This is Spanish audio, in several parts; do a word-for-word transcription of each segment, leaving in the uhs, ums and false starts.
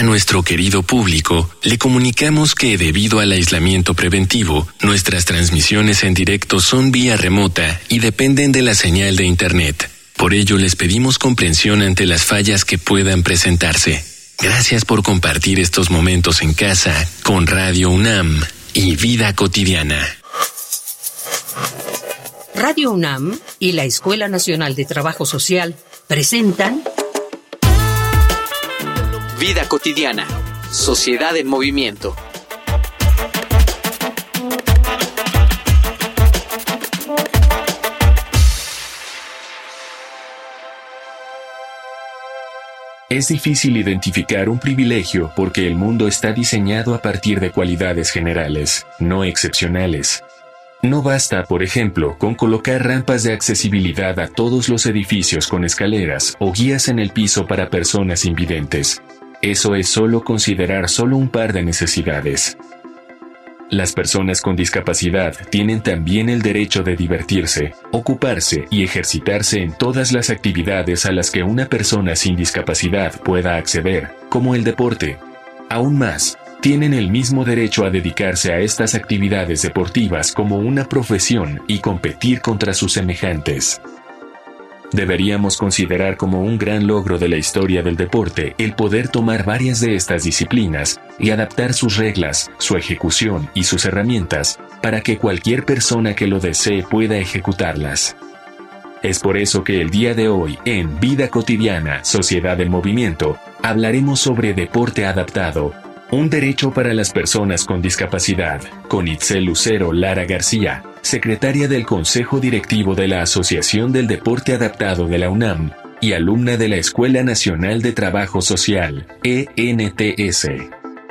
A nuestro querido público, le comunicamos que debido al aislamiento preventivo, nuestras transmisiones en directo son vía remota y dependen de la señal de Internet. Por ello, les pedimos comprensión ante las fallas que puedan presentarse. Gracias por compartir estos momentos en casa con Radio UNAM y Vida Cotidiana. Radio UNAM y la Escuela Nacional de Trabajo Social presentan Vida Cotidiana, Sociedad en Movimiento. Es difícil identificar un privilegio porque el mundo está diseñado a partir de cualidades generales, no excepcionales. No basta, por ejemplo, con colocar rampas de accesibilidad a todos los edificios con escaleras o guías en el piso para personas invidentes. Eso es solo considerar solo un par de necesidades. Las personas con discapacidad tienen también el derecho de divertirse, ocuparse y ejercitarse en todas las actividades a las que una persona sin discapacidad pueda acceder, como el deporte. Aún más, tienen el mismo derecho a dedicarse a estas actividades deportivas como una profesión y competir contra sus semejantes. Deberíamos considerar como un gran logro de la historia del deporte el poder tomar varias de estas disciplinas y adaptar sus reglas, su ejecución y sus herramientas para que cualquier persona que lo desee pueda ejecutarlas. Es por eso que el día de hoy, en Vida Cotidiana, Sociedad en Movimiento, hablaremos sobre deporte adaptado, un derecho para las personas con discapacidad, con Itzel Lucero Lara García, secretaria del Consejo Directivo de la Asociación del Deporte Adaptado de la UNAM y alumna de la Escuela Nacional de Trabajo Social, E N T S.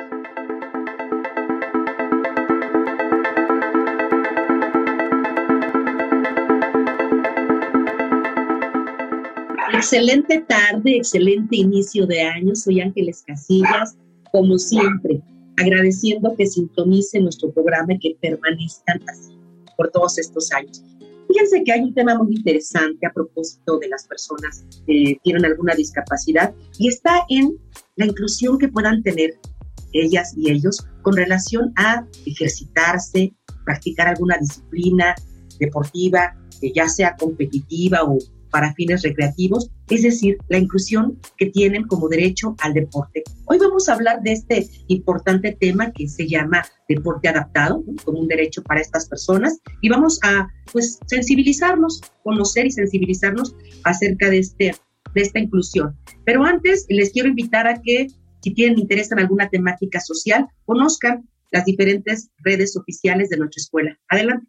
Excelente tarde, excelente inicio de año. Soy Ángeles Casillas, como siempre, agradeciendo que sintonicen nuestro programa y que permanezcan así por todos estos años. Fíjense que hay un tema muy interesante a propósito de las personas que tienen alguna discapacidad y está en la inclusión que puedan tener ellas y ellos con relación a ejercitarse, practicar alguna disciplina deportiva, ya sea competitiva o para fines recreativos, es decir, la inclusión que tienen como derecho al deporte. Hoy vamos a hablar de este importante tema que se llama deporte adaptado, ¿no?, como un derecho para estas personas, y vamos a pues sensibilizarnos, conocer y sensibilizarnos acerca de, este, de esta inclusión. Pero antes les quiero invitar a que, si tienen interés en alguna temática social, conozcan las diferentes redes oficiales de nuestra escuela. Adelante.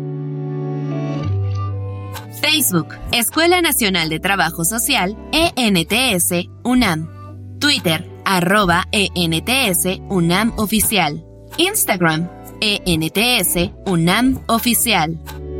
Facebook, Escuela Nacional de Trabajo Social, E N T S, UNAM. Twitter, arroba E N T S, UNAM Oficial. Instagram, E N T S, UNAM Oficial.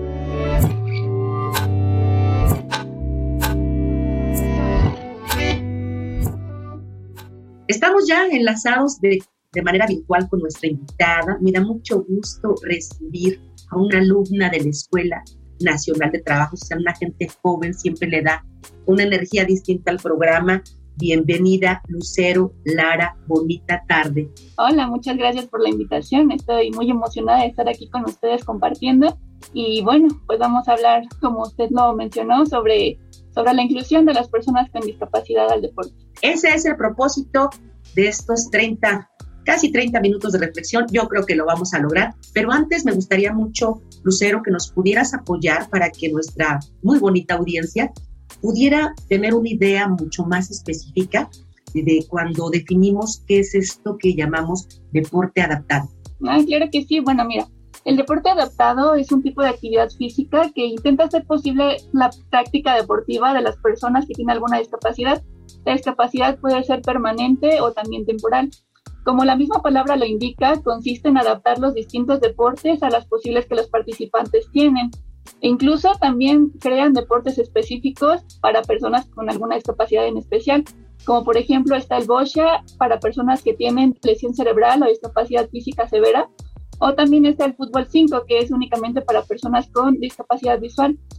Estamos ya enlazados de, de manera virtual con nuestra invitada. Me da mucho gusto recibir a una alumna de la Escuela Nacional de Trabajo Social, una gente joven, siempre le da una energía distinta al programa. Bienvenida, Lucero Lara, bonita tarde. Hola, muchas gracias por la invitación. Estoy muy emocionada de estar aquí con ustedes compartiendo. Y bueno, pues vamos a hablar, como usted lo mencionó, sobre, sobre la inclusión de las personas con discapacidad al deporte. Ese es el propósito de estos treinta, casi treinta minutos de reflexión. Yo creo que lo vamos a lograr. Pero antes me gustaría mucho, Lucero, que nos pudieras apoyar para que nuestra muy bonita audiencia pudiera tener una idea mucho más específica de cuando definimos qué es esto que llamamos deporte adaptado. Ah, claro que sí. Bueno, mira, el deporte adaptado es un tipo de actividad física que intenta hacer posible la práctica deportiva de las personas que tienen alguna discapacidad. La discapacidad puede ser permanente o también temporal. Como la misma palabra lo indica, consiste en adaptar los distintos deportes a las posibles que los participantes tienen. E incluso también crean deportes específicos para personas con alguna discapacidad en especial, como por ejemplo está el boccia para personas que tienen lesión cerebral o discapacidad física severa, o también está el fútbol cinco, que es únicamente para personas con discapacidad visual.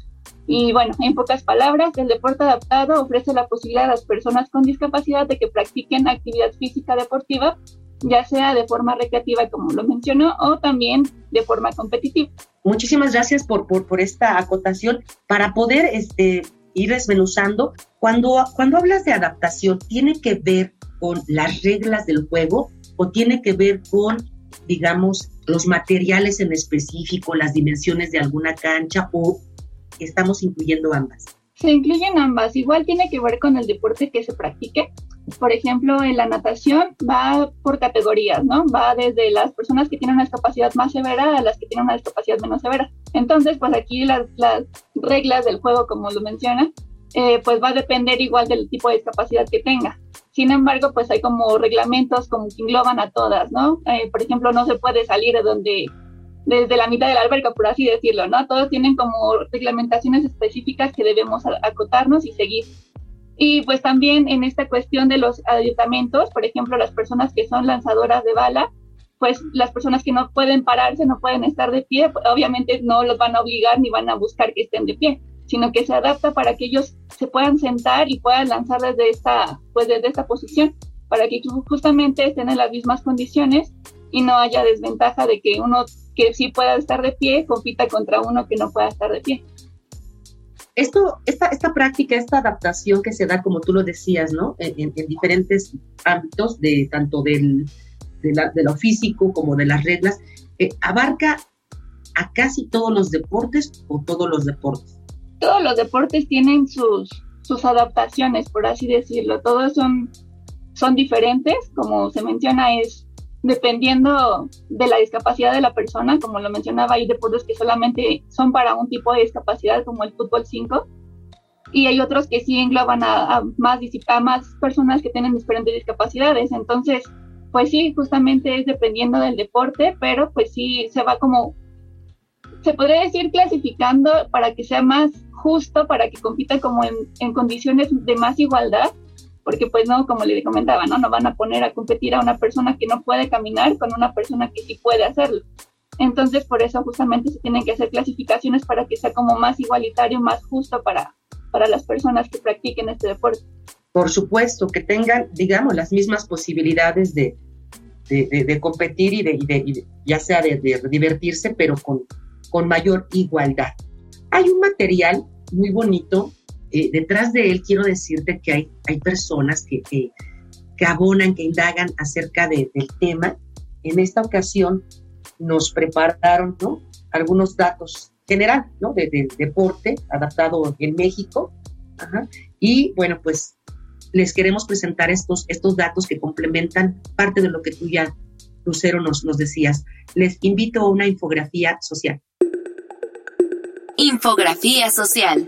Y bueno, en pocas palabras, el deporte adaptado ofrece la posibilidad a las personas con discapacidad de que practiquen actividad física deportiva, ya sea de forma recreativa, como lo mencionó, o también de forma competitiva. Muchísimas gracias por, por, por esta acotación. Para poder este, ir desmenuzando, cuando, cuando hablas de adaptación, ¿tiene que ver con las reglas del juego o tiene que ver con, digamos, los materiales en específico, las dimensiones de alguna cancha, o estamos incluyendo ambas? Se incluyen ambas. Igual tiene que ver con el deporte que se practique. Por ejemplo, en la natación va por categorías, ¿no? Va desde las personas que tienen una discapacidad más severa a las que tienen una discapacidad menos severa. Entonces, pues aquí las, las reglas del juego, como lo menciona, eh, pues va a depender igual del tipo de discapacidad que tenga. Sin embargo, pues hay como reglamentos como que engloban a todas, ¿no? Eh, por ejemplo, no se puede salir de donde, desde la mitad de la alberca, por así decirlo, ¿no? Todos tienen como reglamentaciones específicas que debemos acotarnos y seguir. Y pues también en esta cuestión de los adiestramientos, por ejemplo, las personas que son lanzadoras de bala, pues las personas que no pueden pararse, no pueden estar de pie, pues obviamente no los van a obligar ni van a buscar que estén de pie, sino que se adapta para que ellos se puedan sentar y puedan lanzar desde esta, pues desde esta posición, para que justamente estén en las mismas condiciones y no haya desventaja de que uno que sí pueda estar de pie compita contra uno que no pueda estar de pie. Esto, esta, esta práctica, esta adaptación que se da, como tú lo decías, ¿no? En, en, en diferentes ámbitos, de tanto del, de, la, de lo físico como de las reglas, eh, ¿abarca a casi todos los deportes o todos los deportes? Todos los deportes tienen sus, sus adaptaciones, por así decirlo. Todos son, son diferentes, como se menciona, es dependiendo de la discapacidad de la persona. Como lo mencionaba, hay deportes que solamente son para un tipo de discapacidad, como el fútbol cinco, y hay otros que sí engloban a, a, más, a más personas que tienen diferentes discapacidades. Entonces, pues sí, justamente es dependiendo del deporte, pero pues sí se va como, se podría decir, clasificando para que sea más justo, para que compita como en, en condiciones de más igualdad, porque pues no, como le comentaba, ¿no? No van a poner a competir a una persona que no puede caminar con una persona que sí puede hacerlo. Entonces, por eso justamente se tienen que hacer clasificaciones para que sea como más igualitario, más justo para, para las personas que practiquen este deporte. Por supuesto, que tengan, digamos, las mismas posibilidades de, de, de, de competir y de, y de, y de ya sea de, de divertirse, pero con, con mayor igualdad. Hay un material muy bonito. Eh, detrás de él quiero decirte que hay, hay personas que, que, que abonan, que indagan acerca de, del tema. En esta ocasión nos prepararon, ¿no?, algunos datos general, ¿no?, de, de deporte adaptado en México. Ajá. Y bueno, pues les queremos presentar estos, estos datos que complementan parte de lo que tú ya, Lucero, nos, nos decías. Les invito a una infografía social. Infografía social.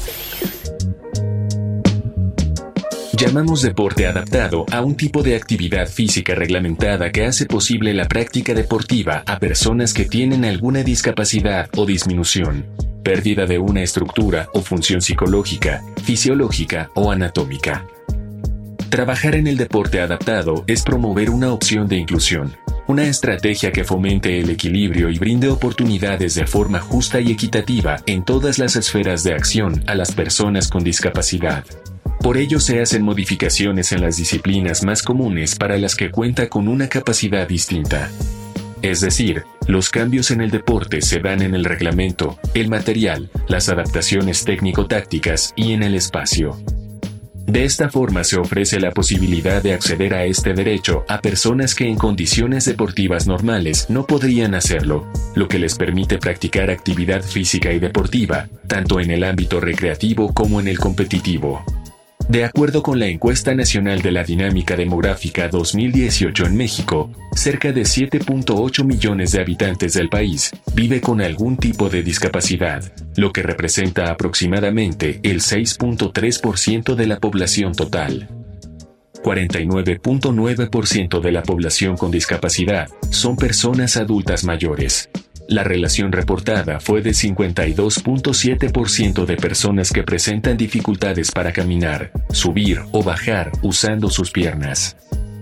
Llamamos deporte adaptado a un tipo de actividad física reglamentada que hace posible la práctica deportiva a personas que tienen alguna discapacidad o disminución, pérdida de una estructura o función psicológica, fisiológica o anatómica. Trabajar en el deporte adaptado es promover una opción de inclusión, una estrategia que fomente el equilibrio y brinde oportunidades de forma justa y equitativa en todas las esferas de acción a las personas con discapacidad. Por ello se hacen modificaciones en las disciplinas más comunes para las que cuenta con una capacidad distinta. Es decir, los cambios en el deporte se dan en el reglamento, el material, las adaptaciones técnico-tácticas y en el espacio. De esta forma se ofrece la posibilidad de acceder a este derecho a personas que en condiciones deportivas normales no podrían hacerlo, lo que les permite practicar actividad física y deportiva, tanto en el ámbito recreativo como en el competitivo. De acuerdo con la Encuesta Nacional de la Dinámica Demográfica dos mil dieciocho en México, cerca de siete punto ocho millones de habitantes del país vive con algún tipo de discapacidad, lo que representa aproximadamente el seis punto tres por ciento de la población total. cuarenta y nueve punto nueve por ciento de la población con discapacidad son personas adultas mayores. La relación reportada fue de cincuenta y dos punto siete por ciento de personas que presentan dificultades para caminar, subir o bajar usando sus piernas.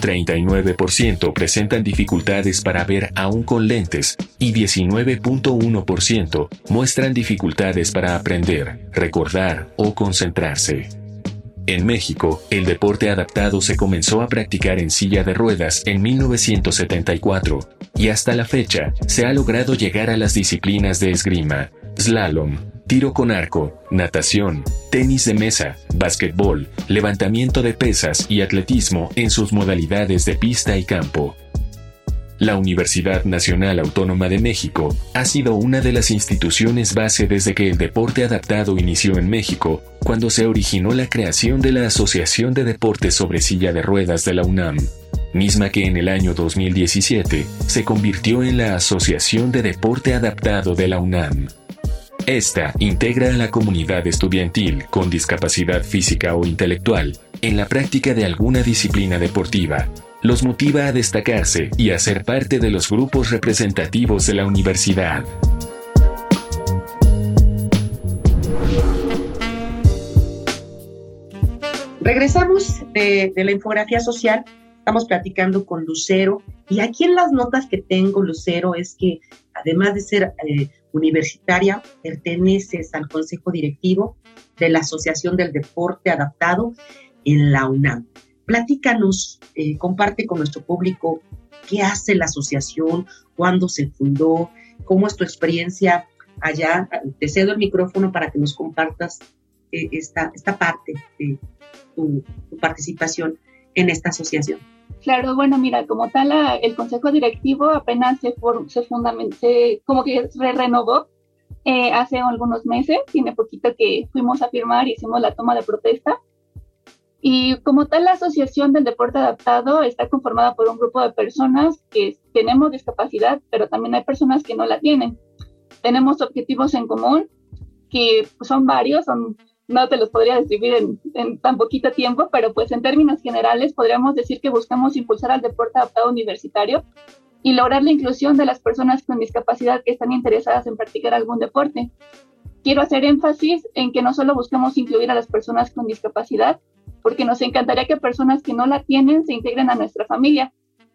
treinta y nueve por ciento presentan dificultades para ver aún con lentes y diecinueve punto uno por ciento muestran dificultades para aprender, recordar o concentrarse. En México, el deporte adaptado se comenzó a practicar en silla de ruedas en mil novecientos setenta y cuatro, y hasta la fecha se ha logrado llegar a las disciplinas de esgrima, slalom, tiro con arco, natación, tenis de mesa, básquetbol, levantamiento de pesas y atletismo en sus modalidades de pista y campo. La Universidad Nacional Autónoma de México ha sido una de las instituciones base desde que el deporte adaptado inició en México, cuando se originó la creación de la Asociación de Deportes sobre Silla de Ruedas de la UNAM, misma que en el año dos mil diecisiete se convirtió en la Asociación de Deporte Adaptado de la UNAM. Esta integra a la comunidad estudiantil con discapacidad física o intelectual en la práctica de alguna disciplina deportiva. Los motiva a destacarse y a ser parte de los grupos representativos de la universidad. Regresamos de, de la infografía social. Estamos platicando con Lucero, y aquí en las notas que tengo, Lucero, es que además de ser eh, universitaria, perteneces al Consejo Directivo de la Asociación del Deporte Adaptado en la UNAM. Platícanos, eh, comparte con nuestro público qué hace la asociación, cuándo se fundó, cómo es tu experiencia allá. Te cedo el micrófono para que nos compartas eh, esta, esta parte de tu, tu participación en esta asociación. Claro, bueno, mira, como tal, la, el Consejo Directivo apenas se, for, se, fundament, se como que se renovó eh, hace algunos meses. Tiene poquito que fuimos a firmar y hicimos la toma de protesta. Y como tal, la Asociación del Deporte Adaptado está conformada por un grupo de personas que tenemos discapacidad, pero también hay personas que no la tienen. Tenemos objetivos en común, que son varios, son, no te los podría describir en, en tan poquito tiempo, pero pues en términos generales podríamos decir que buscamos impulsar al deporte adaptado universitario y lograr la inclusión de las personas con discapacidad que están interesadas en practicar algún deporte. Quiero hacer énfasis en que no solo buscamos incluir a las personas con discapacidad, porque nos encantaría que personas que no la tienen se integren a nuestra familia.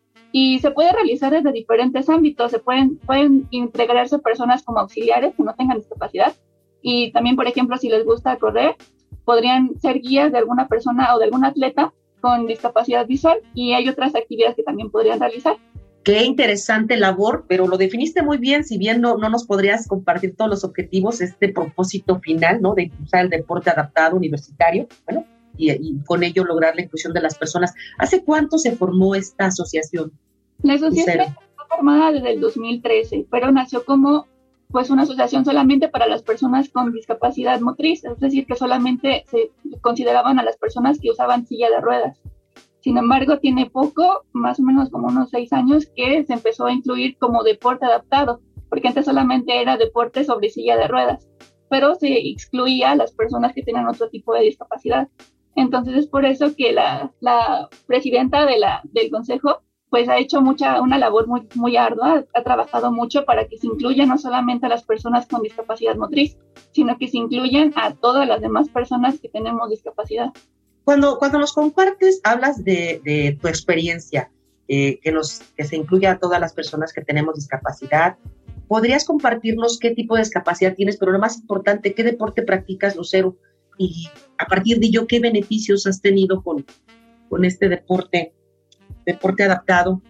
Y se puede realizar desde diferentes ámbitos. Se pueden, pueden integrarse personas como auxiliares que no tengan discapacidad. Y también, por ejemplo, si les gusta correr, podrían ser guías de alguna persona o de algún atleta con discapacidad visual, y hay otras actividades que también podrían realizar. Qué interesante labor, pero lo definiste muy bien. Si bien no, no nos podrías compartir todos los objetivos, este propósito final, ¿no?, de impulsar el deporte adaptado universitario, bueno, Y, y con ello lograr la inclusión de las personas. ¿Hace cuánto se formó esta asociación? La asociación está formada desde el dos mil trece, pero nació como pues una asociación solamente para las personas con discapacidad motriz, es decir, que solamente se consideraban a las personas que usaban silla de ruedas. Sin embargo, tiene poco, más o menos como unos seis años, que se empezó a incluir como deporte adaptado, porque antes solamente era deporte sobre silla de ruedas, pero se excluía a las personas que tenían otro tipo de discapacidad. Entonces es por eso que la, la presidenta de la, del consejo pues ha hecho mucha, una labor muy, muy ardua, ha trabajado mucho para que se incluya no solamente a las personas con discapacidad motriz, sino que se incluyan a todas las demás personas que tenemos discapacidad. Cuando, cuando nos compartes, hablas de, de tu experiencia, eh, que, nos, que se incluya a todas las personas que tenemos discapacidad. ¿Podrías compartirnos qué tipo de discapacidad tienes? Pero lo más importante, ¿qué deporte practicas, Lucero? Y a partir de ello, ¿qué beneficios has tenido con, con este deporte, deporte adaptado?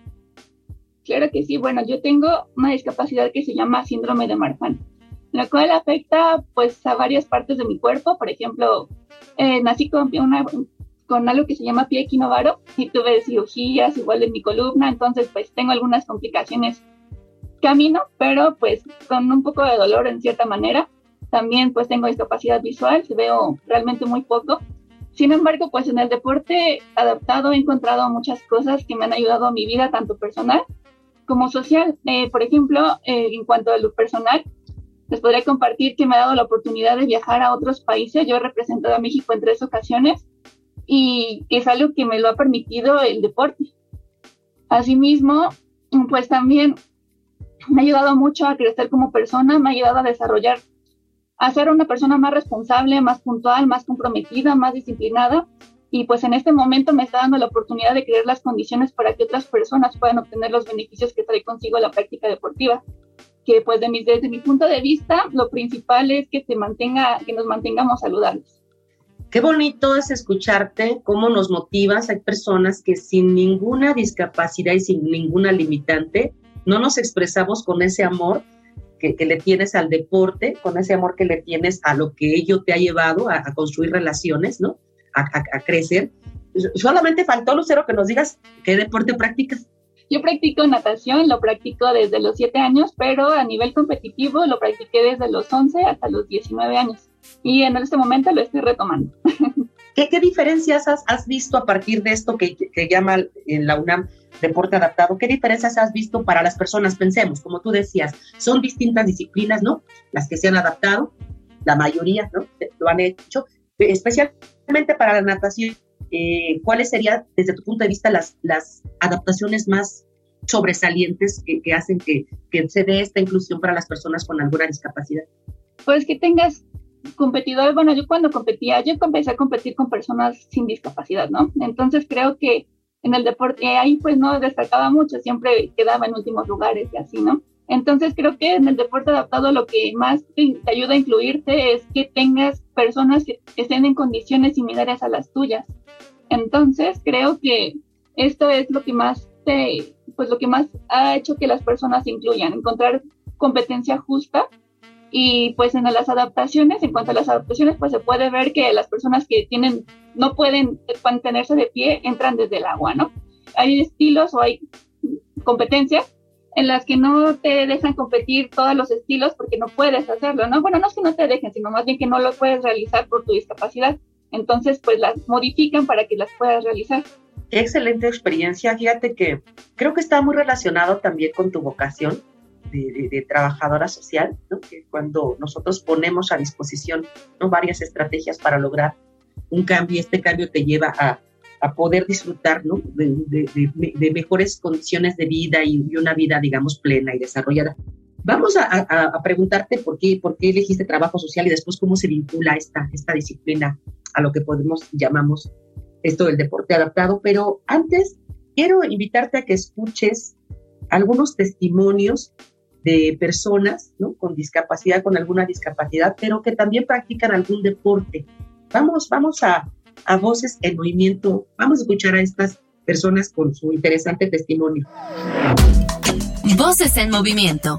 Claro que sí. Bueno, yo tengo una discapacidad que se llama síndrome de Marfan, la cual afecta pues a varias partes de mi cuerpo. Por ejemplo, eh, nací con, una, con algo que se llama pie equinovaro y tuve cirugías igual en mi columna, entonces pues tengo algunas complicaciones. Camino, pero pues con un poco de dolor en cierta manera. También pues tengo discapacidad visual, veo realmente muy poco. Sin embargo, pues en el deporte adaptado he encontrado muchas cosas que me han ayudado a mi vida, tanto personal como social. Eh, por ejemplo, eh, en cuanto a lo personal, les podría compartir que me ha dado la oportunidad de viajar a otros países. Yo he representado a México en tres ocasiones y es algo que me lo ha permitido el deporte. Asimismo, pues también me ha ayudado mucho a crecer como persona, me ha ayudado a desarrollar a ser una persona más responsable, más puntual, más comprometida, más disciplinada. y pues en este momento me está dando la oportunidad de crear las condiciones para que otras personas puedan obtener los beneficios que trae consigo la práctica deportiva. Que pues de mi, desde mi punto de vista, lo principal es que se mantenga, que nos mantengamos saludables. Qué bonito es escucharte, cómo nos motivas. Hay personas que sin ninguna discapacidad y sin ninguna limitante, no nos expresamos con ese amor que, que le tienes al deporte, con ese amor que le tienes a lo que ello te ha llevado a, a construir relaciones, ¿no? A, a, a crecer. Solamente faltó, Lucero, que nos digas qué deporte practicas. Yo practico natación, lo practico desde los siete años, pero a nivel competitivo lo practiqué desde los once hasta los diecinueve años. Y en este momento lo estoy retomando. ¿Qué, qué diferencias has, has visto a partir de esto que, que, que llama en la UNAM deporte adaptado? ¿Qué diferencias has visto para las personas? Pensemos, como tú decías, son distintas disciplinas, ¿no? Las que se han adaptado, la mayoría, ¿no? Lo han hecho, especialmente para la natación. Eh, ¿Cuáles serían, desde tu punto de vista, las, las adaptaciones más sobresalientes que, que hacen que, que se dé esta inclusión para las personas con alguna discapacidad? Pues que tengas competidores. Bueno, yo cuando competía, yo empecé a competir con personas sin discapacidad, ¿no? Entonces creo que en el deporte ahí pues no destacaba mucho, siempre quedaba en últimos lugares y así, ¿no? Entonces creo que en el deporte adaptado lo que más te, te ayuda a incluirte es que tengas personas que estén en condiciones similares a las tuyas. Entonces creo que esto es lo que más te, pues lo que más ha hecho que las personas se incluyan, encontrar competencia justa. Y pues en las adaptaciones, en cuanto a las adaptaciones, pues se puede ver que las personas que tienen, no pueden mantenerse de pie, entran desde el agua, ¿no? Hay estilos o hay competencias en las que no te dejan competir todos los estilos porque no puedes hacerlo, ¿no? Bueno, no es que no te dejen, sino más bien que no lo puedes realizar por tu discapacidad. Entonces, pues las modifican para que las puedas realizar. Qué excelente experiencia. Fíjate que creo que está muy relacionado también con tu vocación de, de, de trabajadora social, ¿no? Que cuando nosotros ponemos a disposición, ¿no?, varias estrategias para lograr un cambio, este cambio te lleva a, a poder disfrutar, ¿no?, de, de, de, de mejores condiciones de vida y, y una vida, digamos, plena y desarrollada. Vamos a, a, a preguntarte por qué, por qué elegiste trabajo social y después cómo se vincula esta, esta disciplina a lo que podemos llamamos esto del deporte adaptado, pero antes quiero invitarte a que escuches algunos testimonios de personas, ¿no?, con discapacidad, con alguna discapacidad, pero que también practican algún deporte. Vamos, vamos a, a Voces en Movimiento, vamos a escuchar a estas personas con su interesante testimonio. Voces en Movimiento.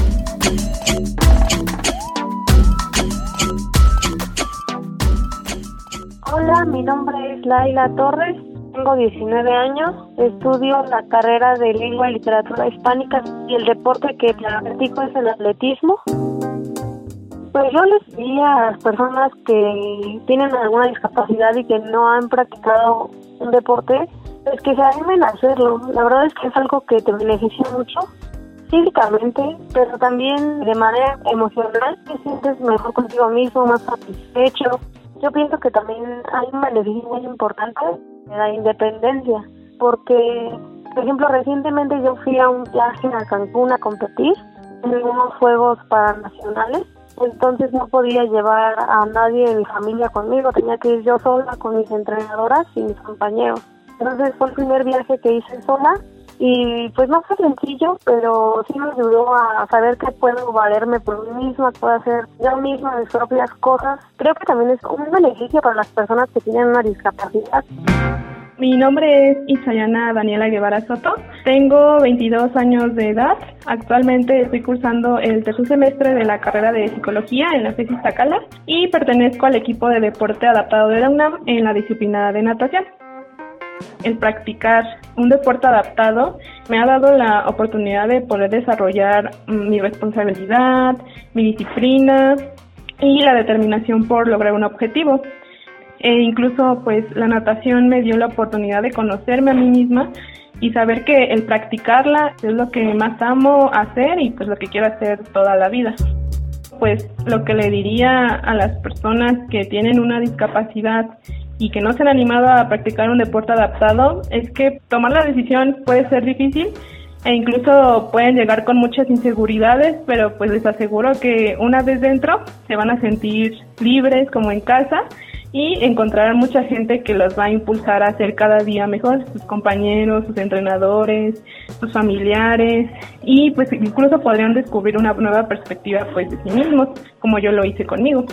Hola, mi nombre es Laila Torres, tengo diecinueve años, estudio la carrera de Lengua y Literatura Hispánica y el deporte que practico es el atletismo. Pues yo les diría a las personas que tienen alguna discapacidad y que no han practicado un deporte, pues que se animen a hacerlo. La verdad es que es algo que te beneficia mucho físicamente, pero también de manera emocional, te sientes mejor contigo mismo, más satisfecho. Yo pienso que también hay un beneficio muy importante de la independencia, porque, por ejemplo, recientemente yo fui a un viaje a Cancún a competir en unos juegos paranacionales, entonces no podía llevar a nadie de mi familia conmigo, tenía que ir yo sola con mis entrenadoras y mis compañeros. Entonces fue el primer viaje que hice sola y pues no fue sencillo, pero sí me ayudó a saber que puedo valerme por mí misma, puedo hacer yo misma mis propias cosas. Creo que también es un beneficio para las personas que tienen una discapacidad. Mi nombre es Itzayana Daniela Guevara Soto, tengo veintidós años de edad, actualmente estoy cursando el tercer semestre de la carrera de Psicología en la FES Iztacala y pertenezco al equipo de deporte adaptado de la UNAM en la disciplina de natación. El practicar un deporte adaptado me ha dado la oportunidad de poder desarrollar mi responsabilidad, mi disciplina y la determinación por lograr un objetivo. E incluso pues la natación me dio la oportunidad de conocerme a mí misma y saber que el practicarla es lo que más amo hacer y pues lo que quiero hacer toda la vida. Pues lo que le diría a las personas que tienen una discapacidad y que no se han animado a practicar un deporte adaptado es que tomar la decisión puede ser difícil, e incluso pueden llegar con muchas inseguridades, pero pues les aseguro que una vez dentro se van a sentir libres como en casa y encontrarán mucha gente que los va a impulsar a ser cada día mejor, sus compañeros, sus entrenadores, sus familiares, y pues incluso podrían descubrir una nueva perspectiva pues de sí mismos, como yo lo hice conmigo.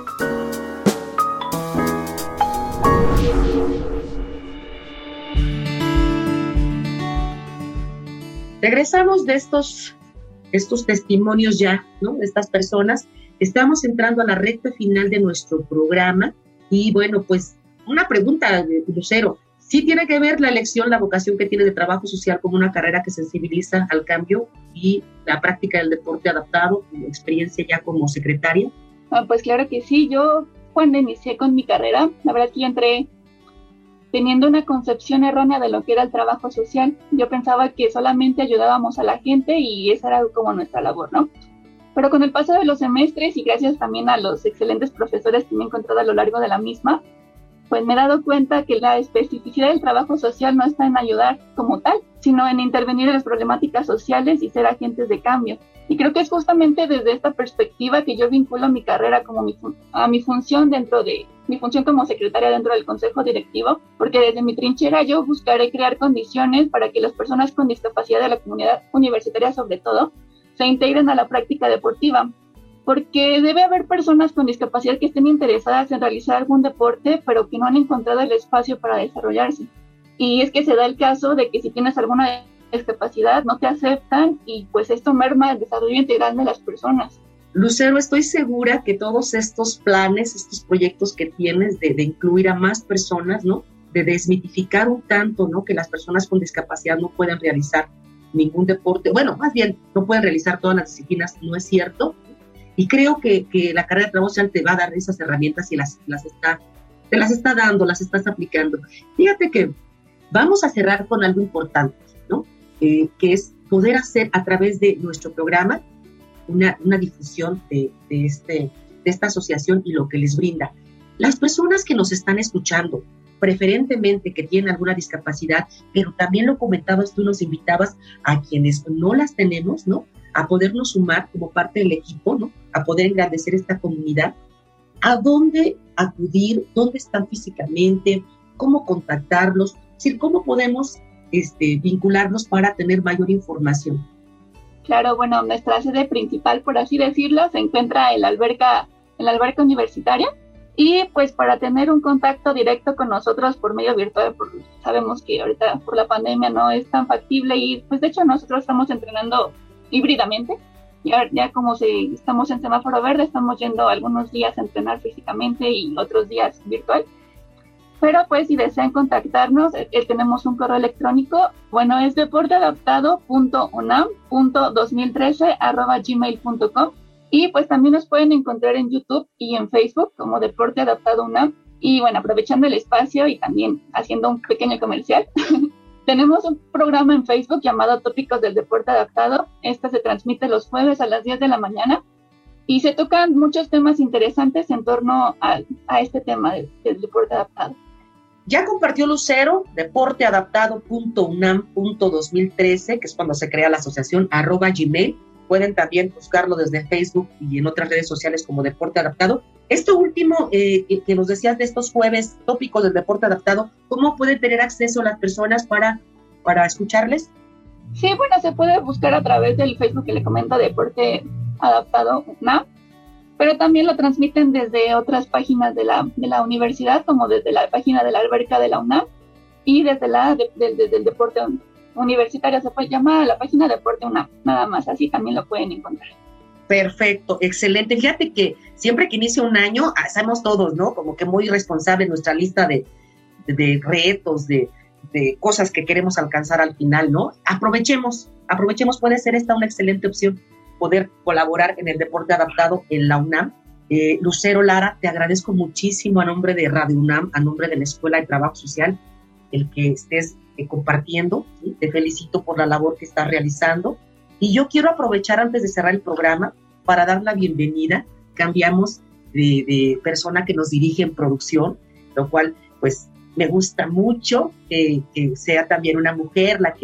Regresamos de estos, estos testimonios ya, ¿no? De estas personas. Estamos entrando a la recta final de nuestro programa. Y bueno, pues una pregunta, Lucero. ¿Sí tiene que ver la elección, la vocación que tiene de trabajo social como una carrera que sensibiliza al cambio y la práctica del deporte adaptado, tu experiencia ya como secretaria? Ah, pues claro que sí. Yo cuando inicié con mi carrera, la verdad es que yo entré teniendo una concepción errónea de lo que era el trabajo social. Yo pensaba que solamente ayudábamos a la gente y esa era como nuestra labor, ¿no? Pero con el paso de los semestres y gracias también a los excelentes profesores que me he encontrado a lo largo de la misma, pues me he dado cuenta que la especificidad del trabajo social no está en ayudar como tal, sino en intervenir en las problemáticas sociales y ser agentes de cambio. Y creo que es justamente desde esta perspectiva que yo vinculo mi carrera como mi fun- a mi función dentro de mi función como secretaria dentro del consejo directivo, porque desde mi trinchera yo buscaré crear condiciones para que las personas con discapacidad de la comunidad universitaria sobre todo se integren a la práctica deportiva, porque debe haber personas con discapacidad que estén interesadas en realizar algún deporte, pero que no han encontrado el espacio para desarrollarse. Y es que se da el caso de que si tienes alguna discapacidad no te aceptan y pues esto merma el desarrollo integral de las personas. Lucero, estoy segura que todos estos planes, estos proyectos que tienes de, de incluir a más personas, ¿no? De desmitificar un tanto, ¿no? Que las personas con discapacidad no pueden realizar ningún deporte, bueno, más bien no pueden realizar todas las disciplinas, no es cierto. Y creo que, que la carrera de trabajo social te va a dar esas herramientas y las, las está, te las está dando, las estás aplicando. Fíjate que vamos a cerrar con algo importante, ¿no? Eh, que es poder hacer a través de nuestro programa una, una difusión de, de, este, de esta asociación y lo que les brinda. Las personas que nos están escuchando, preferentemente que tienen alguna discapacidad, pero también lo comentabas, tú nos invitabas a quienes no las tenemos, ¿no? A podernos sumar como parte del equipo, ¿no? A poder engrandecer esta comunidad. ¿A dónde acudir? ¿Dónde están físicamente? ¿Cómo contactarlos? Es decir, ¿cómo podemos este, vincularnos para tener mayor información? Claro, bueno, nuestra sede principal, por así decirlo, se encuentra en la alberca, en la alberca universitaria. Y pues para tener un contacto directo con nosotros por medio virtual, porque sabemos que ahorita por la pandemia no es tan factible y pues de hecho nosotros estamos entrenando híbridamente. Ya, ya como si estamos en semáforo verde, estamos yendo algunos días a entrenar físicamente y otros días virtual. Pero pues si desean contactarnos, eh, tenemos un correo electrónico, bueno, es deporteadaptado punto unam punto dos mil trece arroba gmail punto com. Y pues también nos pueden encontrar en YouTube y en Facebook como Deporte Adaptado UNAM. Y bueno, aprovechando el espacio y también haciendo un pequeño comercial, tenemos un programa en Facebook llamado Tópicos del Deporte Adaptado. Este se transmite los jueves a las diez de la mañana y se tocan muchos temas interesantes en torno a, a este tema del, del deporte adaptado. Ya compartió Lucero, deporteadaptado punto unam punto dos mil trece, que es cuando se crea la asociación, arroba gmail. Pueden también buscarlo desde Facebook y en otras redes sociales como Deporte Adaptado. Esto último eh, que nos decías de estos jueves tópicos del deporte adaptado, ¿cómo pueden tener acceso las personas para, para escucharles? Sí, bueno, se puede buscar a través del Facebook que le comento, Deporte Adaptado UNAM, pero también lo transmiten desde otras páginas de la, de la universidad, como desde la página de la alberca de la UNAM y desde la de, de, de, del deporte universitario, se puede llamar a la página Deporte UNAM, nada más, así también lo pueden encontrar. Perfecto, excelente. Fíjate que siempre que inicia un año, hacemos todos, ¿no? Como que muy responsable nuestra lista de, de, de retos, de, de cosas que queremos alcanzar al final, ¿no? Aprovechemos, aprovechemos, puede ser esta una excelente opción, poder colaborar en el deporte adaptado en la UNAM. Eh, Lucero Lara, te agradezco muchísimo a nombre de Radio UNAM, a nombre de la Escuela de Trabajo Social, el que estés eh, compartiendo, ¿sí? Te felicito por la labor que estás realizando. Y yo quiero aprovechar antes de cerrar el programa para dar la bienvenida. Cambiamos de, de persona que nos dirige en producción, lo cual pues me gusta mucho eh, que sea también una mujer la que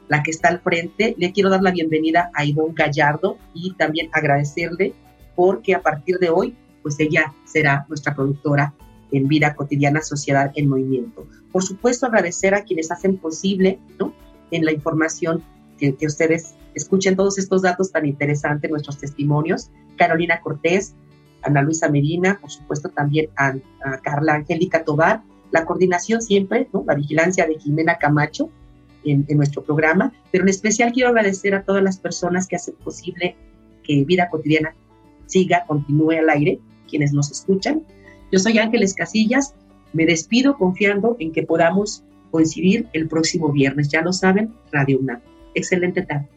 la que está al frente. Le quiero dar la bienvenida a Ivonne Gallardo y también agradecerle porque a partir de hoy, pues ella será nuestra productora en Vida Cotidiana, Sociedad en Movimiento. Por supuesto, agradecer a quienes hacen posible, ¿no?, en la información que, que ustedes escuchen todos estos datos tan interesantes, nuestros testimonios. Carolina Cortés, Ana Luisa Medina, por supuesto también a, a Carla Angélica Tobar, la coordinación siempre, ¿no?, la vigilancia de Jimena Camacho en, en nuestro programa, pero en especial quiero agradecer a todas las personas que hacen posible que Vida Cotidiana siga, continúe al aire, quienes nos escuchan. Yo soy Ángeles Casillas, me despido confiando en que podamos coincidir el próximo viernes. Ya lo saben, Radio UNAM. Excelente tarde.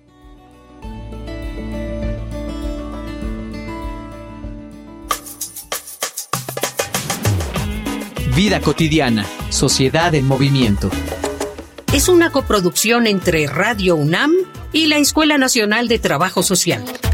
Vida Cotidiana, Sociedad en Movimiento. Es una coproducción entre Radio UNAM y la Escuela Nacional de Trabajo Social.